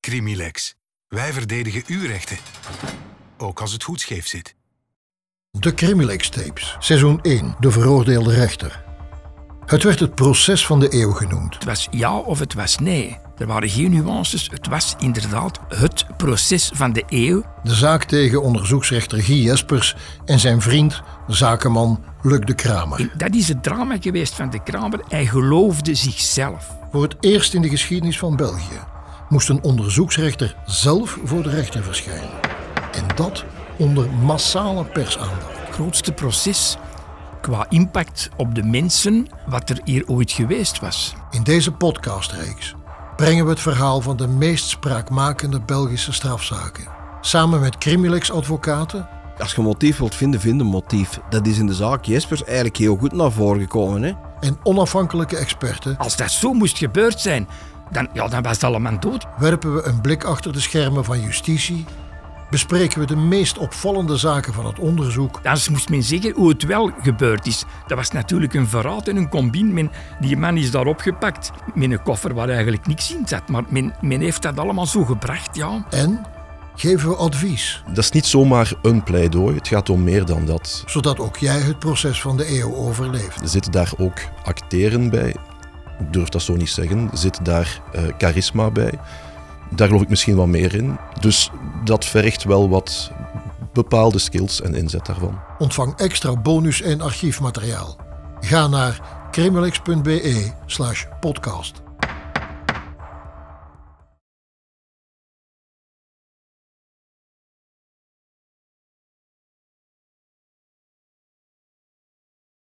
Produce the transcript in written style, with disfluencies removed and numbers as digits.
Crimilex. Wij verdedigen uw rechten. Ook als het goed scheef zit. De Crimilex-tapes, seizoen 1, de veroordeelde rechter. Het werd het proces van de eeuw genoemd. Het was ja of het was nee. Er waren geen nuances. Het was inderdaad het proces van de eeuw. De zaak tegen onderzoeksrechter Guy Jespers en zijn vriend, zakenman Luc de Kramer. En dat is het drama geweest van de Kramer. Hij geloofde zichzelf. Voor het eerst in de geschiedenis van België moest een onderzoeksrechter zelf voor de rechter verschijnen. En dat onder massale persaandacht. Het grootste proces qua impact op de mensen wat er hier ooit geweest was. In deze podcastreeks brengen we het verhaal van de meest spraakmakende Belgische strafzaken. Samen met Crimilex-advocaten. Als je een motief wilt vinden, vind een motief. Dat is in de zaak Jespers eigenlijk heel goed naar voren gekomen. Hè? En onafhankelijke experten. Als dat zo moest gebeurd zijn, dan was het allemaal dood. Werpen we een blik achter de schermen van justitie. Bespreken we de meest opvallende zaken van het onderzoek. Anders moest men zeggen hoe het wel gebeurd is. Dat was natuurlijk een verraad en een combine. Die man is daar opgepakt met een koffer waar eigenlijk niks in zat. Maar men heeft dat allemaal zo gebracht, ja. En geven we advies. Dat is niet zomaar een pleidooi, het gaat om meer dan dat. Zodat ook jij het proces van de eeuw overleeft. Er zitten daar ook acteren bij. Ik durf dat zo niet zeggen. Er zit daar charisma bij. Daar geloof ik misschien wat meer in. Dus dat vergt wel wat bepaalde skills en inzet daarvan. Ontvang extra bonus en archiefmateriaal. Ga naar crimilex.be/podcast.